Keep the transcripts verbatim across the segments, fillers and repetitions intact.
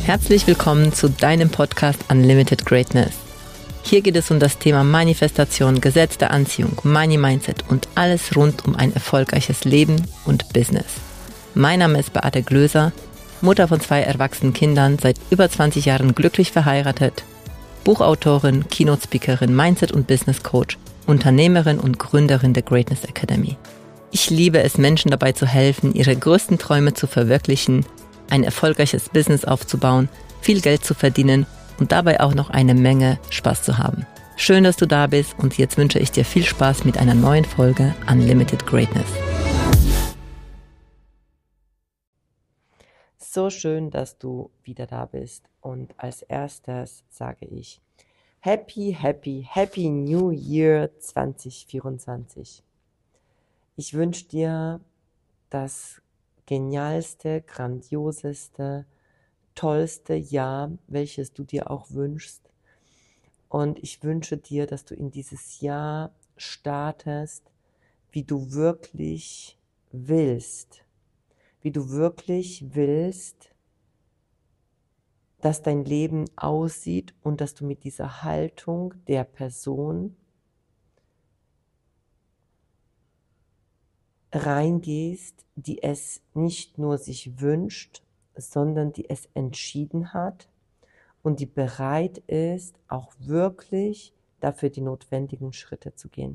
Herzlich willkommen zu deinem Podcast Unlimited Greatness. Hier geht es um das Thema Manifestation, Gesetz der Anziehung, Money Mindset und alles rund um ein erfolgreiches Leben und Business. Mein Name ist Beate Glöser, Mutter von zwei erwachsenen Kindern, seit über zwanzig Jahren glücklich verheiratet, Buchautorin, Keynote-Speakerin, Mindset- und Business-Coach, Unternehmerin und Gründerin der Greatness Academy. Ich liebe es, Menschen dabei zu helfen, ihre größten Träume zu verwirklichen, ein erfolgreiches Business aufzubauen, viel Geld zu verdienen und dabei auch noch eine Menge Spaß zu haben. Schön, dass du da bist und jetzt wünsche ich dir viel Spaß mit einer neuen Folge Unlimited Greatness. So schön, dass du wieder da bist und als erstes sage ich Happy, Happy, Happy New Year zwanzig vierundzwanzig. Ich wünsche dir das genialste, grandioseste, tollste Jahr, welches du dir auch wünschst. Und ich wünsche dir, dass du in dieses Jahr startest, wie du wirklich willst. Wie du wirklich willst, dass dein Leben aussieht und dass du mit dieser Haltung der Person reingehst, die es nicht nur sich wünscht, sondern die es entschieden hat und die bereit ist, auch wirklich dafür die notwendigen Schritte zu gehen.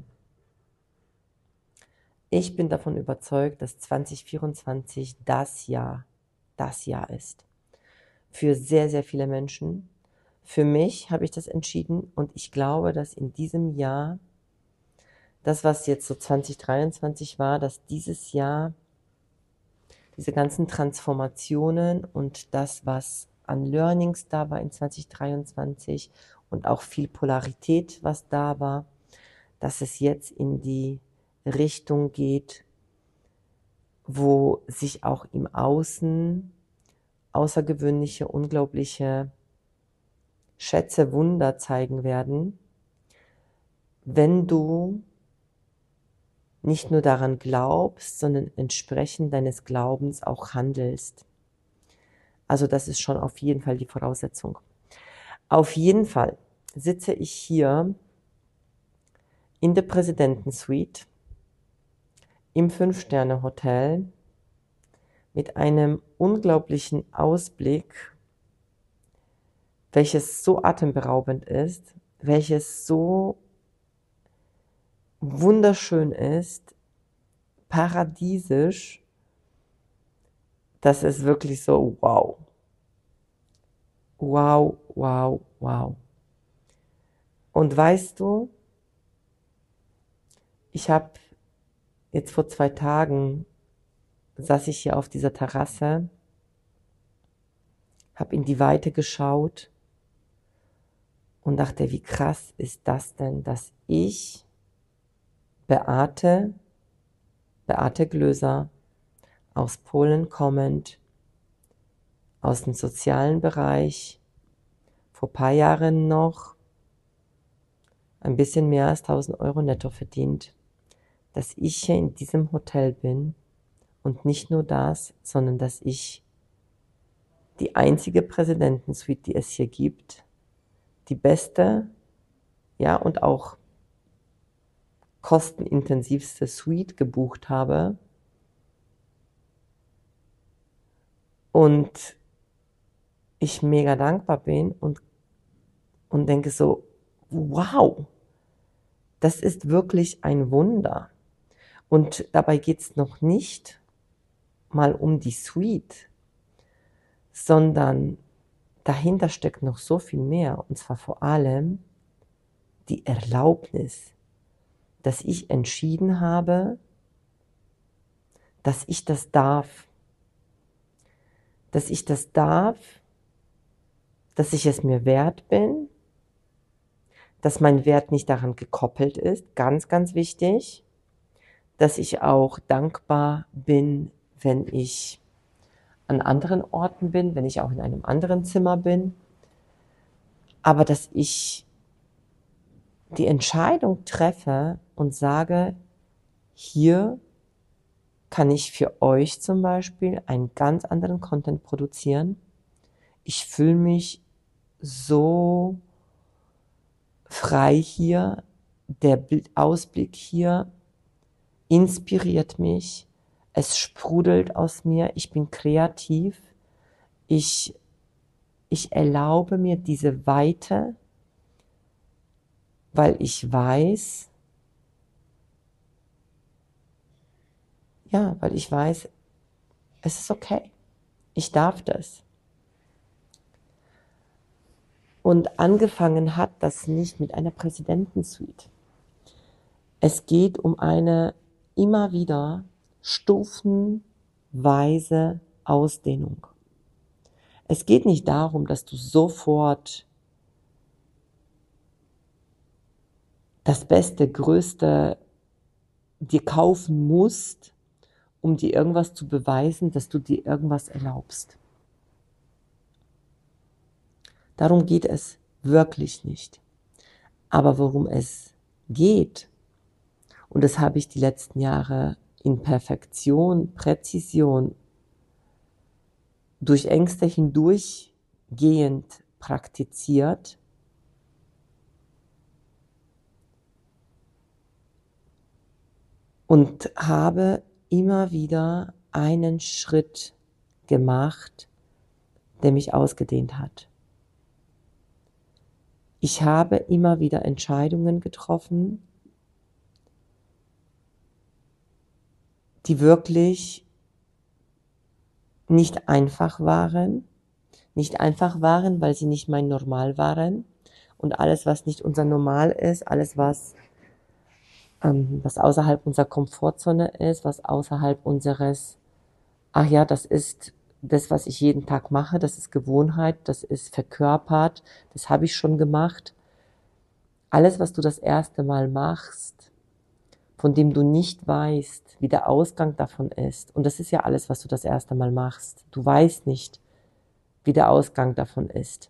Ich bin davon überzeugt, dass zwanzig vierundzwanzig das Jahr, das Jahr ist. Für sehr, sehr viele Menschen. Für mich habe ich das entschieden und ich glaube, dass in diesem Jahr das, was jetzt so zwanzig dreiundzwanzig war, dass dieses Jahr diese ganzen Transformationen und das, was an Learnings da war in zwanzig dreiundzwanzig und auch viel Polarität, was da war, dass es jetzt in die Richtung geht, wo sich auch im Außen außergewöhnliche, unglaubliche Schätze, Wunder zeigen werden, wenn du nicht nur daran glaubst, sondern entsprechend deines Glaubens auch handelst. Also das ist schon auf jeden Fall die Voraussetzung. Auf jeden Fall sitze ich hier in der Präsidentensuite im Fünf-Sterne-Hotel mit einem unglaublichen Ausblick, welches so atemberaubend ist, welches so wunderschön ist, paradiesisch, dass es wirklich so wow, wow, wow, wow. Und weißt du, ich habe jetzt vor zwei Tagen, saß ich hier auf dieser Terrasse, habe in die Weite geschaut und dachte, wie krass ist das denn, dass ich Beate, Beate Glöser, aus Polen kommend, aus dem sozialen Bereich, vor ein paar Jahren noch ein bisschen mehr als tausend Euro netto verdient, dass ich hier in diesem Hotel bin und nicht nur das, sondern dass ich die einzige Präsidentensuite, die es hier gibt, die beste, ja, und auch kostenintensivste Suite gebucht habe und ich mega dankbar bin und, und denke so, wow, das ist wirklich ein Wunder. Und dabei geht es noch nicht mal um die Suite, sondern dahinter steckt noch so viel mehr, und zwar vor allem die Erlaubnis, dass ich entschieden habe, dass ich das darf, dass ich das darf, dass ich es mir wert bin, dass mein Wert nicht daran gekoppelt ist, ganz, ganz wichtig, dass ich auch dankbar bin, wenn ich an anderen Orten bin, wenn ich auch in einem anderen Zimmer bin, aber dass ich die Entscheidung treffe und sage, hier kann ich für euch zum Beispiel einen ganz anderen Content produzieren. Ich fühle mich so frei hier. Der Ausblick hier inspiriert mich. Es sprudelt aus mir. Ich bin kreativ. Ich, ich erlaube mir diese Weite, weil ich weiß, ja, weil ich weiß, es ist okay. Ich darf das. Und angefangen hat das nicht mit einer Präsidentensuite. Es geht um eine immer wieder stufenweise Ausdehnung. Es geht nicht darum, dass du sofort das Beste, Größte dir kaufen musst, um dir irgendwas zu beweisen, dass du dir irgendwas erlaubst. Darum geht es wirklich nicht. Aber worum es geht, und das habe ich die letzten Jahre in Perfektion, Präzision, durch Ängste hindurchgehend praktiziert, und habe immer wieder einen Schritt gemacht, der mich ausgedehnt hat. Ich habe immer wieder Entscheidungen getroffen, die wirklich nicht einfach waren. Nicht einfach waren, weil sie nicht mein Normal waren. Und alles, was nicht unser Normal ist, alles, was, ähm, was außerhalb unserer Komfortzone ist, was außerhalb unseres, ach ja, das ist das, was ich jeden Tag mache, das ist Gewohnheit, das ist verkörpert, das habe ich schon gemacht. Alles, was du das erste Mal machst, von dem du nicht weißt, wie der Ausgang davon ist, und das ist ja alles, was du das erste Mal machst, du weißt nicht, wie der Ausgang davon ist.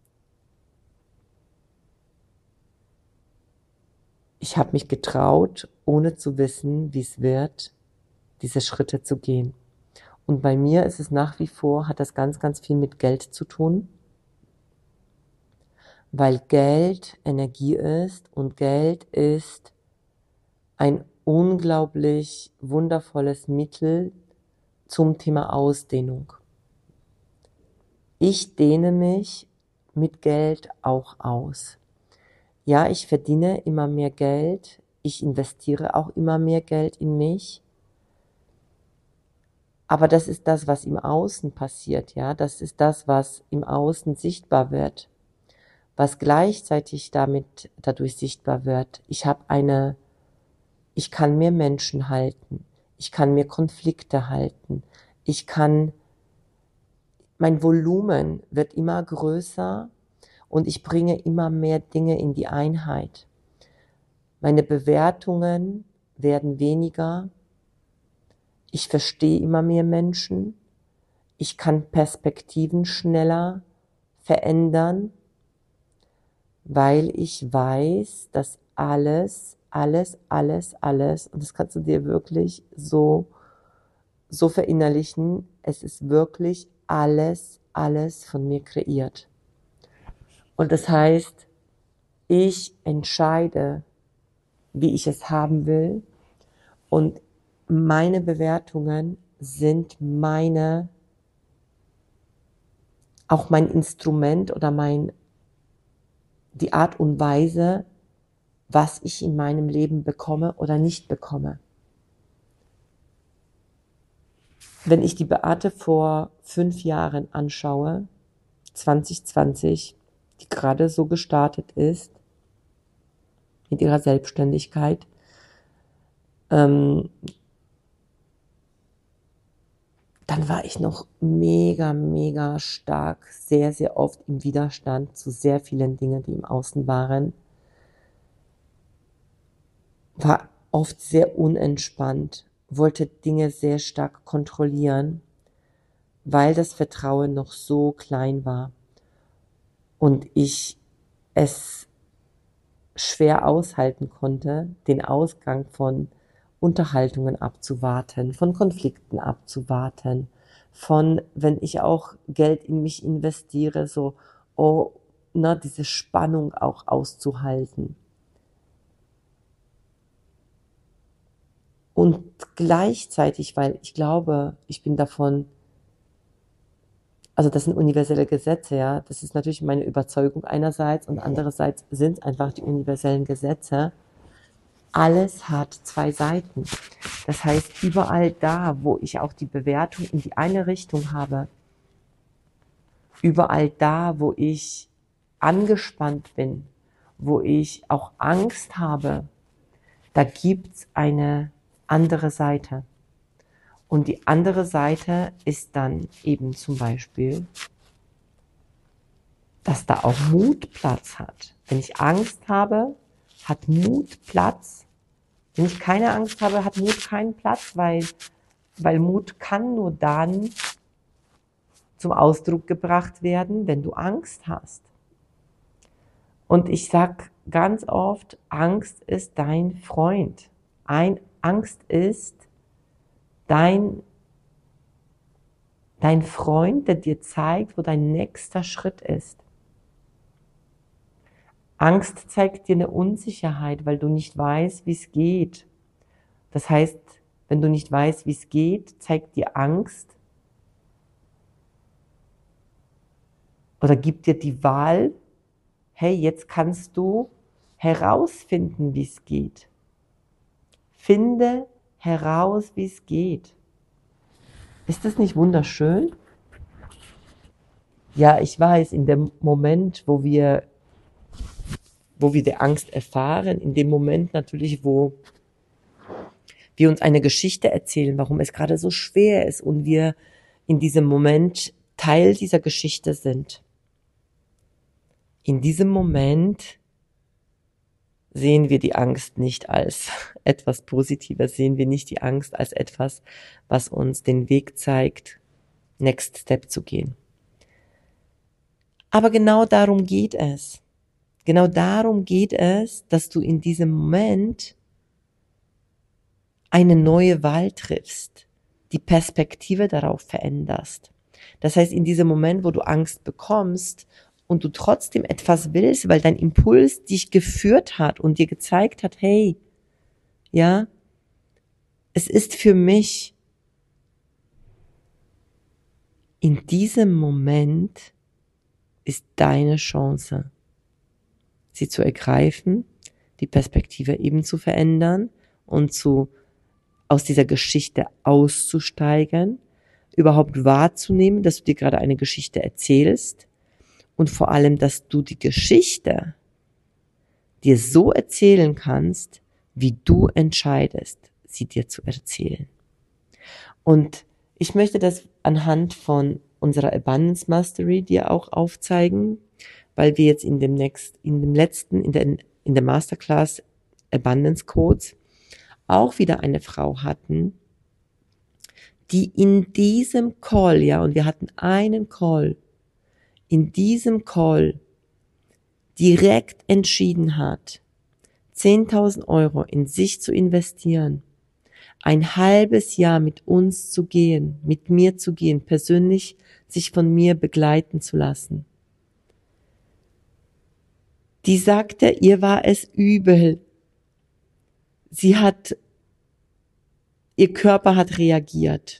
Ich habe mich getraut, ohne zu wissen, wie es wird, diese Schritte zu gehen. Und bei mir ist es nach wie vor, hat das ganz, ganz viel mit Geld zu tun, weil Geld Energie ist und Geld ist ein unglaublich wundervolles Mittel zum Thema Ausdehnung. Ich dehne mich mit Geld auch aus. Ja, ich verdiene immer mehr Geld, ich investiere auch immer mehr Geld in mich, aber das ist das, was im Außen passiert, ja, das ist das, was im Außen sichtbar wird, was gleichzeitig damit dadurch sichtbar wird. Ich habe eine, ich kann mehr Menschen halten, ich kann mehr Konflikte halten, ich kann, mein Volumen wird immer größer und ich bringe immer mehr Dinge in die Einheit. Meine Bewertungen werden weniger. Ich verstehe immer mehr Menschen. Ich kann Perspektiven schneller verändern, weil ich weiß, dass alles, alles, alles, alles, und das kannst du dir wirklich so, so verinnerlichen, es ist wirklich alles, alles von mir kreiert. Und das heißt, ich entscheide, wie ich es haben will, und meine Bewertungen sind meine, auch mein Instrument oder mein, die Art und Weise, was ich in meinem Leben bekomme oder nicht bekomme. Wenn ich die Beate vor fünf Jahren anschaue, zwanzig zwanzig, die gerade so gestartet ist, mit ihrer Selbstständigkeit, ähm, dann war ich noch mega, mega stark, sehr, sehr oft im Widerstand zu sehr vielen Dingen, die im Außen waren. War oft sehr unentspannt, wollte Dinge sehr stark kontrollieren, weil das Vertrauen noch so klein war und ich es schwer aushalten konnte, den Ausgang von Unterhaltungen abzuwarten, von Konflikten abzuwarten, von, wenn ich auch Geld in mich investiere, so, oh, na, diese Spannung auch auszuhalten. Und gleichzeitig, weil ich glaube, ich bin davon, also das sind universelle Gesetze, ja, das ist natürlich meine Überzeugung einerseits und andererseits sind es einfach die universellen Gesetze. Alles hat zwei Seiten. Das heißt, überall da, wo ich auch die Bewertung in die eine Richtung habe, überall da, wo ich angespannt bin, wo ich auch Angst habe, da gibt's eine andere Seite. Und die andere Seite ist dann eben zum Beispiel, dass da auch Mut Platz hat. Wenn ich Angst habe, hat Mut Platz. Wenn ich keine Angst habe, hat Mut keinen Platz, weil, weil Mut kann nur dann zum Ausdruck gebracht werden, wenn du Angst hast. Und ich sag ganz oft, Angst ist dein Freund. Ein Angst ist dein, dein Freund, der dir zeigt, wo dein nächster Schritt ist. Angst zeigt dir eine Unsicherheit, weil du nicht weißt, wie es geht. Das heißt, wenn du nicht weißt, wie es geht, zeigt dir Angst oder gibt dir die Wahl, hey, jetzt kannst du herausfinden, wie es geht. Finde heraus, wie es geht. Ist das nicht wunderschön? Ja, ich weiß, in dem Moment, wo wir, wo wir die Angst erfahren, in dem Moment natürlich, wo wir uns eine Geschichte erzählen, warum es gerade so schwer ist und wir in diesem Moment Teil dieser Geschichte sind. In diesem Moment sehen wir die Angst nicht als etwas Positives, sehen wir nicht die Angst als etwas, was uns den Weg zeigt, Next Step zu gehen. Aber genau darum geht es. Genau darum geht es, dass du in diesem Moment eine neue Wahl triffst, die Perspektive darauf veränderst. Das heißt, in diesem Moment, wo du Angst bekommst und du trotzdem etwas willst, weil dein Impuls dich geführt hat und dir gezeigt hat, hey, ja, es ist für mich in diesem Moment ist deine Chance, sie zu ergreifen, die Perspektive eben zu verändern und zu aus dieser Geschichte auszusteigen, überhaupt wahrzunehmen, dass du dir gerade eine Geschichte erzählst und vor allem, dass du die Geschichte dir so erzählen kannst, wie du entscheidest, sie dir zu erzählen. Und ich möchte das anhand von unserer Abundance Mastery dir auch aufzeigen, weil wir jetzt in dem nächsten, in dem letzten, in der, in der Masterclass Abundance Codes auch wieder eine Frau hatten, die in diesem Call, ja, und wir hatten einen Call, in diesem Call direkt entschieden hat, zehntausend Euro in sich zu investieren, ein halbes Jahr mit uns zu gehen, mit mir zu gehen, persönlich sich von mir begleiten zu lassen. Die sagte, ihr war es übel. Sie hat, ihr Körper hat reagiert.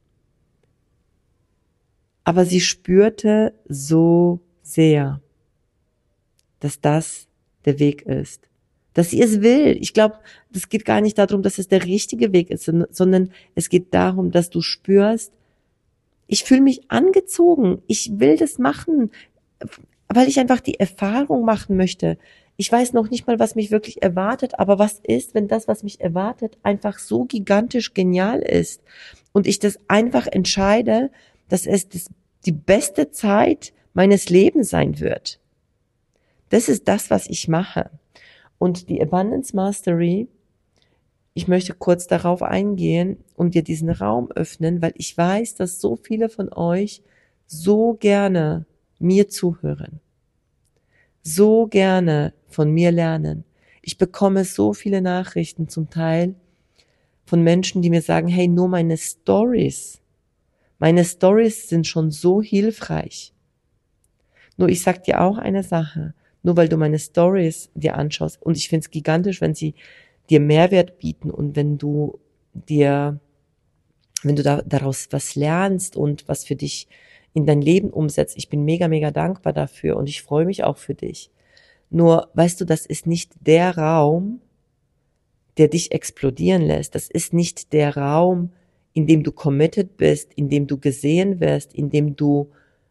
Aber sie spürte so sehr, dass das der Weg ist. Dass sie es will. Ich glaube, es geht gar nicht darum, dass es der richtige Weg ist, sondern es geht darum, dass du spürst, ich fühle mich angezogen, ich will das machen, weil ich einfach die Erfahrung machen möchte. Ich weiß noch nicht mal, was mich wirklich erwartet, aber was ist, wenn das, was mich erwartet, einfach so gigantisch genial ist und ich das einfach entscheide, dass es das, die beste Zeit meines Lebens sein wird. Das ist das, was ich mache. Und die Abundance Mastery, ich möchte kurz darauf eingehen und dir diesen Raum öffnen, weil ich weiß, dass so viele von euch so gerne mir zuhören, so gerne von mir lernen. Ich bekomme so viele Nachrichten zum Teil von Menschen, die mir sagen, hey, nur meine Stories Meine Stories sind schon so hilfreich. Nur ich sag dir auch eine Sache, nur weil du meine Stories dir anschaust, und ich finde es gigantisch, wenn sie dir Mehrwert bieten und wenn du dir, wenn du da, daraus was lernst und was für dich in dein Leben umsetzt. Ich bin mega, mega dankbar dafür und ich freue mich auch für dich. Nur, weißt du, das ist nicht der Raum, der dich explodieren lässt. Das ist nicht der Raum, in dem du committed bist, in dem du gesehen wirst, in dem du,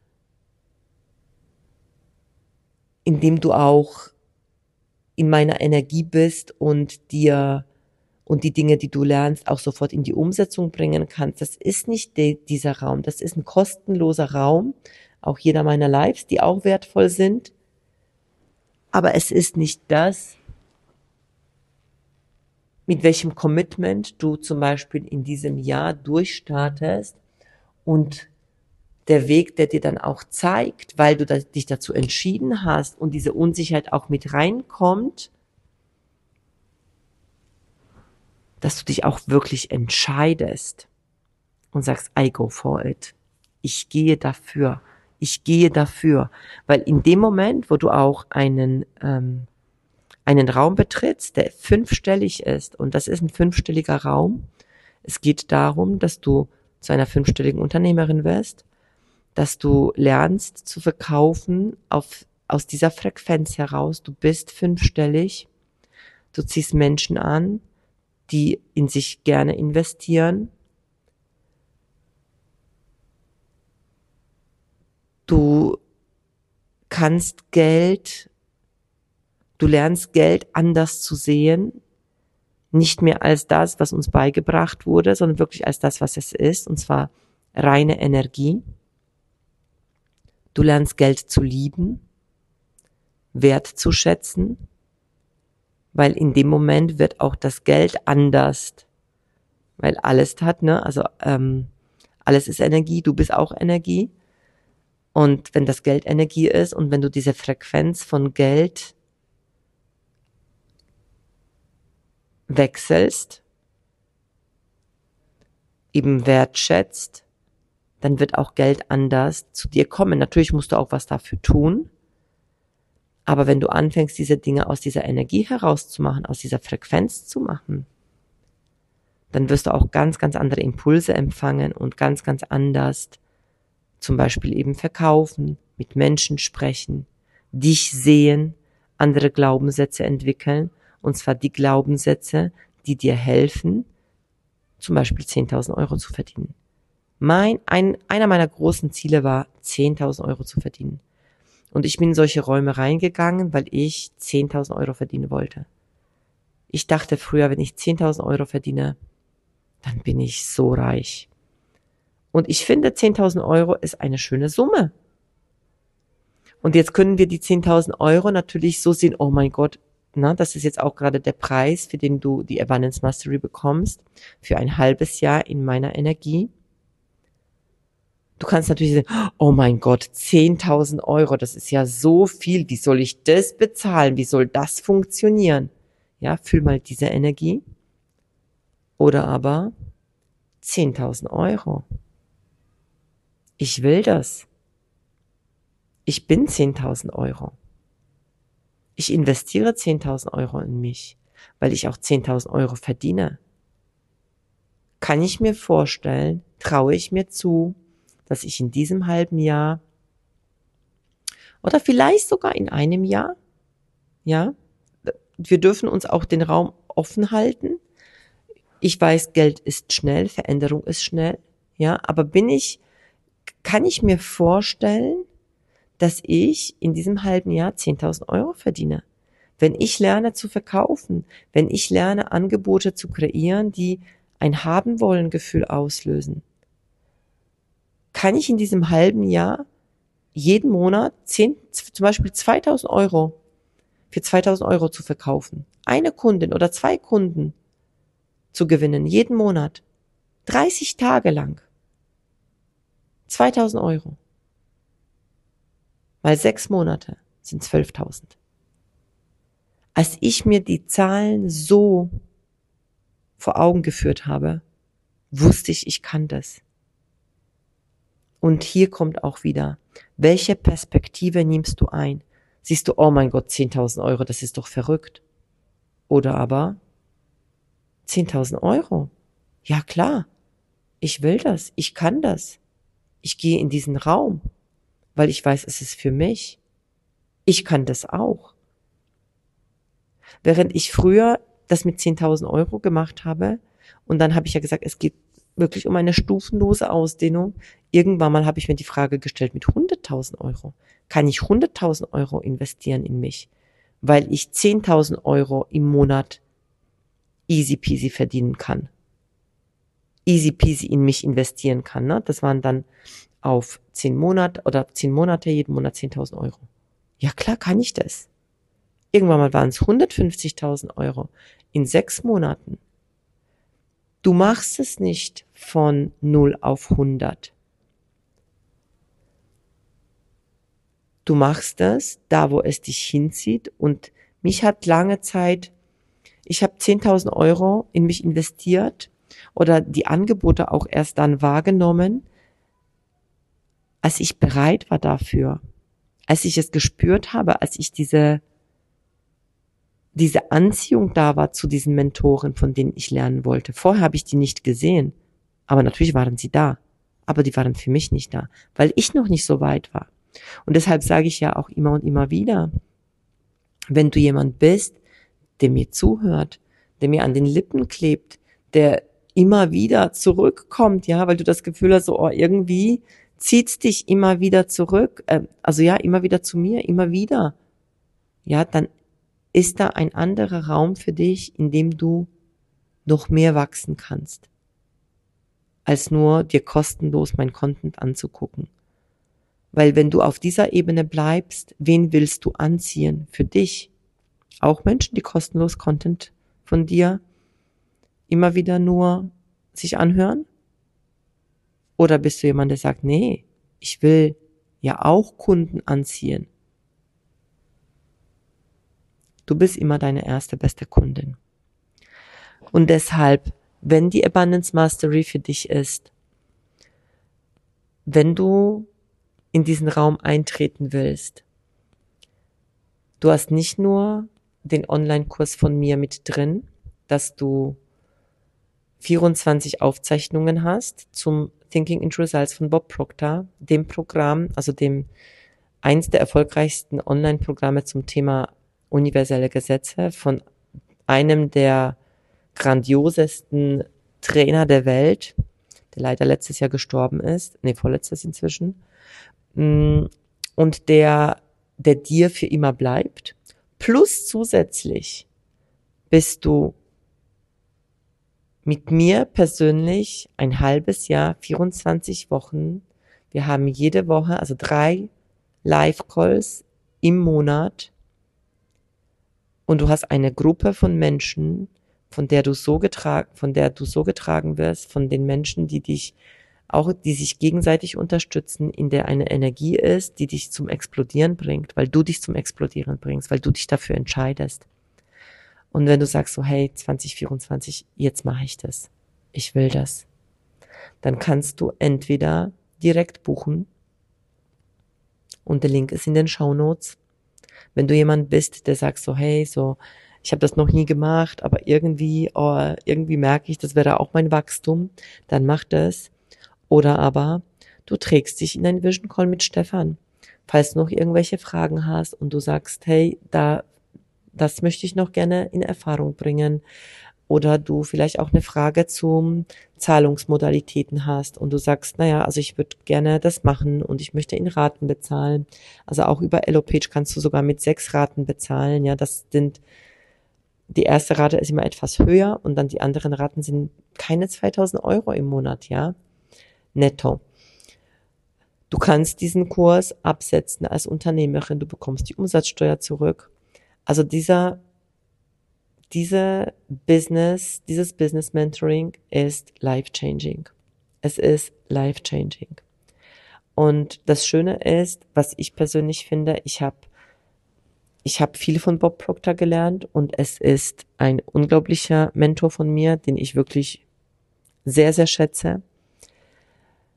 in dem du auch in meiner Energie bist und dir und die Dinge, die du lernst, auch sofort in die Umsetzung bringen kannst. Das ist nicht de, dieser Raum. Das ist ein kostenloser Raum. Auch jeder meiner Lives, die auch wertvoll sind. Aber es ist nicht das, mit welchem Commitment du zum Beispiel in diesem Jahr durchstartest und der Weg, der dir dann auch zeigt, weil du dich dazu entschieden hast und diese Unsicherheit auch mit reinkommt, dass du dich auch wirklich entscheidest und sagst, I go for it. Ich gehe dafür. Ich gehe dafür. Weil in dem Moment, wo du auch einen, ähm, einen Raum betrittst, der fünfstellig ist, und das ist ein fünfstelliger Raum, es geht darum, dass du zu einer fünfstelligen Unternehmerin wirst, dass du lernst zu verkaufen auf, aus dieser Frequenz heraus. Du bist fünfstellig, du ziehst Menschen an, die in sich gerne investieren. Du kannst Geld, du lernst Geld anders zu sehen, nicht mehr als das, was uns beigebracht wurde, sondern wirklich als das, was es ist, und zwar reine Energie. Du lernst Geld zu lieben, wertzuschätzen, weil in dem Moment wird auch das Geld anders, weil alles hat, ne, also ähm, alles ist Energie, du bist auch Energie. Und wenn das Geld Energie ist und wenn du diese Frequenz von Geld wechselst, eben wertschätzt, dann wird auch Geld anders zu dir kommen. Natürlich musst du auch was dafür tun, aber wenn du anfängst, diese Dinge aus dieser Energie herauszumachen, aus dieser Frequenz zu machen, dann wirst du auch ganz, ganz andere Impulse empfangen und ganz, ganz anders zum Beispiel eben verkaufen, mit Menschen sprechen, dich sehen, andere Glaubenssätze entwickeln, und zwar die Glaubenssätze, die dir helfen, zum Beispiel zehntausend Euro zu verdienen. Mein, ein, einer meiner großen Ziele war, zehntausend Euro zu verdienen. Und ich bin in solche Räume reingegangen, weil ich zehntausend Euro verdienen wollte. Ich dachte früher, wenn ich zehntausend Euro verdiene, dann bin ich so reich. Und ich finde, zehntausend Euro ist eine schöne Summe. Und jetzt können wir die zehntausend Euro natürlich so sehen, oh mein Gott, na, das ist jetzt auch gerade der Preis, für den du die Abundance Mastery bekommst, für ein halbes Jahr in meiner Energie. Du kannst natürlich sagen, oh mein Gott, zehntausend Euro, das ist ja so viel, wie soll ich das bezahlen, wie soll das funktionieren? Ja, fühl mal diese Energie. Oder aber zehntausend Euro. Ich will das. Ich bin zehntausend Euro. Ich investiere zehntausend Euro in mich, weil ich auch zehntausend Euro verdiene. Kann ich mir vorstellen, traue ich mir zu, dass ich in diesem halben Jahr oder vielleicht sogar in einem Jahr, ja, wir dürfen uns auch den Raum offen halten. Ich weiß, Geld ist schnell, Veränderung ist schnell, ja, aber bin ich, kann ich mir vorstellen, dass ich in diesem halben Jahr zehntausend Euro verdiene? Wenn ich lerne zu verkaufen, wenn ich lerne Angebote zu kreieren, die ein Haben-Wollen-Gefühl auslösen, kann ich in diesem halben Jahr jeden Monat zehn, zum Beispiel zweitausend Euro für zweitausend Euro zu verkaufen, eine Kundin oder zwei Kunden zu gewinnen, jeden Monat, dreißig Tage lang, zweitausend Euro, mal sechs Monate sind zwölftausend. Als ich mir die Zahlen so vor Augen geführt habe, wusste ich, ich kann das. Und hier kommt auch wieder, welche Perspektive nimmst du ein? Siehst du, oh mein Gott, zehntausend Euro, das ist doch verrückt. Oder aber zehntausend Euro. Ja klar, ich will das, ich kann das. Ich gehe in diesen Raum, weil ich weiß, es ist für mich. Ich kann das auch. Während ich früher das mit zehntausend Euro gemacht habe, und dann habe ich ja gesagt, es geht wirklich um eine stufenlose Ausdehnung. Irgendwann mal habe ich mir die Frage gestellt, mit hunderttausend Euro, kann ich hunderttausend Euro investieren in mich, weil ich zehntausend Euro im Monat easy peasy verdienen kann. Easy peasy in mich investieren kann. Ne? Das waren dann auf zehn Monate oder zehn Monate, jeden Monat zehntausend Euro. Ja klar kann ich das. Irgendwann mal waren es hundertfünfzigtausend Euro in sechs Monaten. Du machst es nicht von null auf hundert. Du machst es da, wo es dich hinzieht. Und mich hat lange Zeit, ich habe zehntausend Euro in mich investiert oder die Angebote auch erst dann wahrgenommen, als ich bereit war dafür. Als ich es gespürt habe, als ich diese diese Anziehung da war zu diesen Mentoren, von denen ich lernen wollte. Vorher habe ich die nicht gesehen, aber natürlich waren sie da, aber die waren für mich nicht da, weil ich noch nicht so weit war. Und deshalb sage ich ja auch immer und immer wieder, wenn du jemand bist, der mir zuhört, der mir an den Lippen klebt, der immer wieder zurückkommt, ja, weil du das Gefühl hast, so, oh, irgendwie zieht's dich immer wieder zurück, äh, also ja, immer wieder zu mir, immer wieder, ja, dann ist da ein anderer Raum für dich, in dem du noch mehr wachsen kannst, als nur dir kostenlos mein Content anzugucken. Weil wenn du auf dieser Ebene bleibst, wen willst du anziehen für dich? Auch Menschen, die kostenlos Content von dir immer wieder nur sich anhören? Oder bist du jemand, der sagt, nee, ich will ja auch Kunden anziehen? Du bist immer deine erste, beste Kundin. Und deshalb, wenn die Abundance Mastery für dich ist, wenn du in diesen Raum eintreten willst, du hast nicht nur den Online-Kurs von mir mit drin, dass du vierundzwanzig Aufzeichnungen hast zum Thinking into Results von Bob Proctor, dem Programm, also dem eins der erfolgreichsten Online-Programme zum Thema universelle Gesetze von einem der grandiosesten Trainer der Welt, der leider letztes Jahr gestorben ist, nee, vorletztes inzwischen, und der, der dir für immer bleibt. Plus zusätzlich bist du mit mir persönlich ein halbes Jahr, vierundzwanzig Wochen. Wir haben jede Woche, also drei Live-Calls im Monat. Und du hast eine Gruppe von Menschen, von der du so getragen, von der du so getragen wirst, von den Menschen, die dich auch, die sich gegenseitig unterstützen, in der eine Energie ist, die dich zum Explodieren bringt, weil du dich zum Explodieren bringst, weil du dich dafür entscheidest. Und wenn du sagst so, hey, zwanzig vierundzwanzig, jetzt mache ich das, ich will das, dann kannst du entweder direkt buchen und der Link ist in den Shownotes. Wenn du jemand bist, der sagt so, hey, so, ich habe das noch nie gemacht, aber irgendwie, oh, irgendwie merke ich, das wäre auch mein Wachstum, dann mach das. Oder aber du trägst dich in einen Vision Call mit Stefan. Falls du noch irgendwelche Fragen hast und du sagst, hey, da, das möchte ich noch gerne in Erfahrung bringen. Oder du vielleicht auch eine Frage zum Zahlungsmodalitäten hast und du sagst, naja, also ich würde gerne das machen und ich möchte in Raten bezahlen. Also auch über Elopage kannst du sogar mit sechs Raten bezahlen. Ja, das sind, die erste Rate ist immer etwas höher und dann die anderen Raten sind keine zweitausend Euro im Monat, ja, netto. Du kannst diesen Kurs absetzen als Unternehmerin, du bekommst die Umsatzsteuer zurück. Also dieser Diese Business, dieses Business Mentoring ist life-changing. Es ist life-changing. Und das Schöne ist, was ich persönlich finde, ich habe ich habe viel von Bob Proctor gelernt und es ist ein unglaublicher Mentor von mir, den ich wirklich sehr, sehr schätze.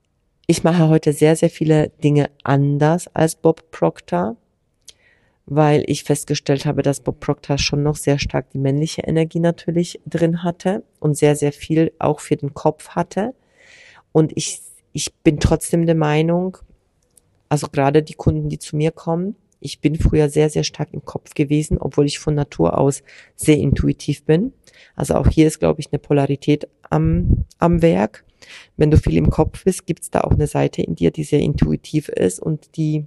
Ich mache heute sehr, sehr viele Dinge anders als Bob Proctor, weil ich festgestellt habe, dass Bob Proctor schon noch sehr stark die männliche Energie natürlich drin hatte und sehr, sehr viel auch für den Kopf hatte. Und ich, ich bin trotzdem der Meinung, also gerade die Kunden, die zu mir kommen, ich bin früher sehr, sehr stark im Kopf gewesen, obwohl ich von Natur aus sehr intuitiv bin. Also auch hier ist, glaube ich, eine Polarität am, am Werk. Wenn du viel im Kopf bist, gibt es da auch eine Seite in dir, die sehr intuitiv ist und die,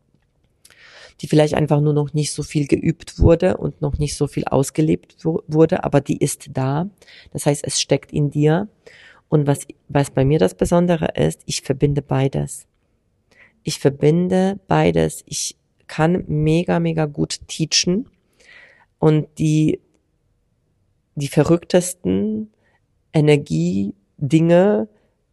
die vielleicht einfach nur noch nicht so viel geübt wurde und noch nicht so viel ausgelebt wurde, aber die ist da. Das heißt, es steckt in dir. Und was, was bei mir das Besondere ist, ich verbinde beides. Ich verbinde beides. Ich kann mega, mega gut teachen und die, die verrücktesten Energiedinge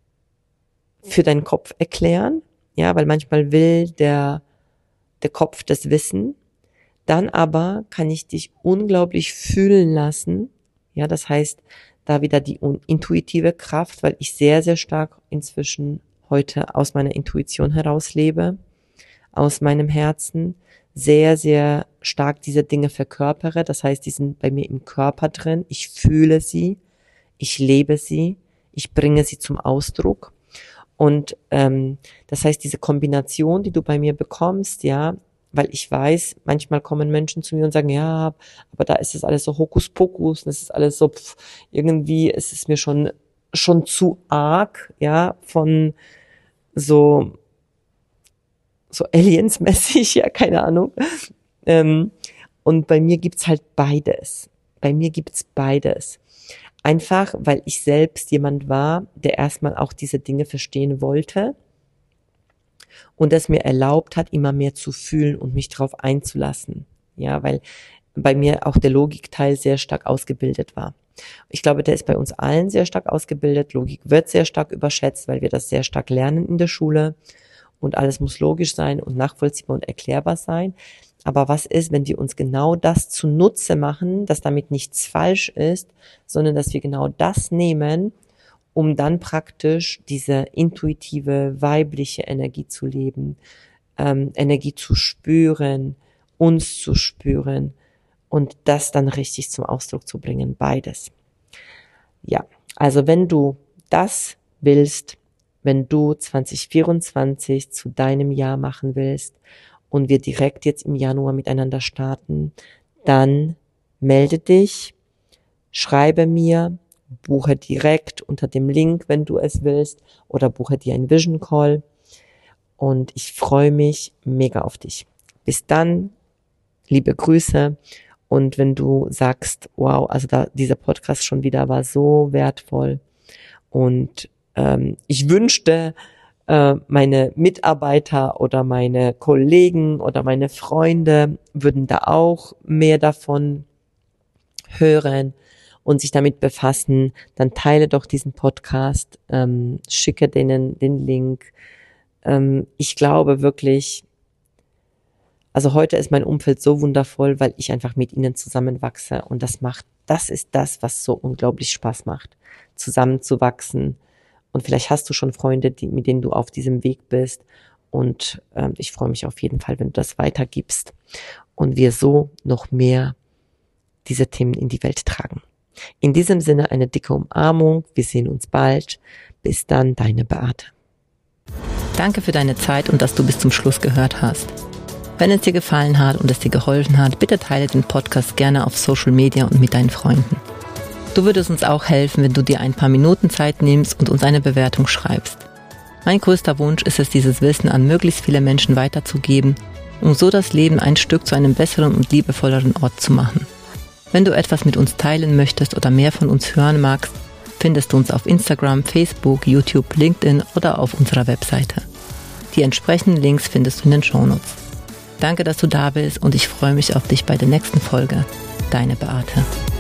für deinen Kopf erklären. Ja, weil manchmal will der, der Kopf das wissen. Dann aber kann ich dich unglaublich fühlen lassen. Ja, das heißt, da wieder die intuitive Kraft, weil ich sehr, sehr stark inzwischen heute aus meiner Intuition heraus lebe, aus meinem Herzen, sehr, sehr stark diese Dinge verkörpere. Das heißt, die sind bei mir im Körper drin. Ich fühle sie, ich lebe sie, ich bringe sie zum Ausdruck. Und ähm, das heißt, diese Kombination, die du bei mir bekommst, ja, weil ich weiß, manchmal kommen Menschen zu mir und sagen, ja, aber da ist es alles so Hokuspokus, das ist alles so, pff, irgendwie ist es mir schon schon zu arg, ja, von so so Aliens-mäßig, ja, keine Ahnung. Ähm, und bei mir gibt's halt beides. Bei mir gibt's beides. Einfach, weil ich selbst jemand war, der erstmal auch diese Dinge verstehen wollte und es mir erlaubt hat, immer mehr zu fühlen und mich darauf einzulassen. Ja, weil bei mir auch der Logikteil sehr stark ausgebildet war. Ich glaube, der ist bei uns allen sehr stark ausgebildet. Logik wird sehr stark überschätzt, weil wir das sehr stark lernen in der Schule. Und alles muss logisch sein und nachvollziehbar und erklärbar sein. Aber was ist, wenn wir uns genau das zunutze machen, dass damit nichts falsch ist, sondern dass wir genau das nehmen, um dann praktisch diese intuitive, weibliche Energie zu leben, ähm, Energie zu spüren, uns zu spüren und das dann richtig zum Ausdruck zu bringen, beides. Ja, also wenn du das willst, wenn du zwanzig vierundzwanzig zu deinem Jahr machen willst und wir direkt jetzt im Januar miteinander starten, dann melde dich, schreibe mir, buche direkt unter dem Link, wenn du es willst, oder buche dir einen Vision Call und ich freue mich mega auf dich. Bis dann, liebe Grüße und wenn du sagst, wow, also da, dieser Podcast schon wieder war so wertvoll und ähm, ich wünschte, äh, meine Mitarbeiter oder meine Kollegen oder meine Freunde würden da auch mehr davon hören und sich damit befassen, dann teile doch diesen Podcast, ähm, schicke denen den Link. Ähm, ich glaube wirklich, also heute ist mein Umfeld so wundervoll, weil ich einfach mit ihnen zusammenwachse und das macht, das ist das, was so unglaublich Spaß macht, zusammenzuwachsen. Und vielleicht hast du schon Freunde, die, mit denen du auf diesem Weg bist. Und ähm, ich freue mich auf jeden Fall, wenn du das weitergibst und wir so noch mehr diese Themen in die Welt tragen. In diesem Sinne eine dicke Umarmung. Wir sehen uns bald. Bis dann, deine Beate. Danke für deine Zeit und dass du bis zum Schluss gehört hast. Wenn es dir gefallen hat und es dir geholfen hat, bitte teile den Podcast gerne auf Social Media und mit deinen Freunden. Du würdest uns auch helfen, wenn du dir ein paar Minuten Zeit nimmst und uns eine Bewertung schreibst. Mein größter Wunsch ist es, dieses Wissen an möglichst viele Menschen weiterzugeben, um so das Leben ein Stück zu einem besseren und liebevolleren Ort zu machen. Wenn du etwas mit uns teilen möchtest oder mehr von uns hören magst, findest du uns auf Instagram, Facebook, YouTube, LinkedIn oder auf unserer Webseite. Die entsprechenden Links findest du in den Shownotes. Danke, dass du da bist und ich freue mich auf dich bei der nächsten Folge. Deine Beate.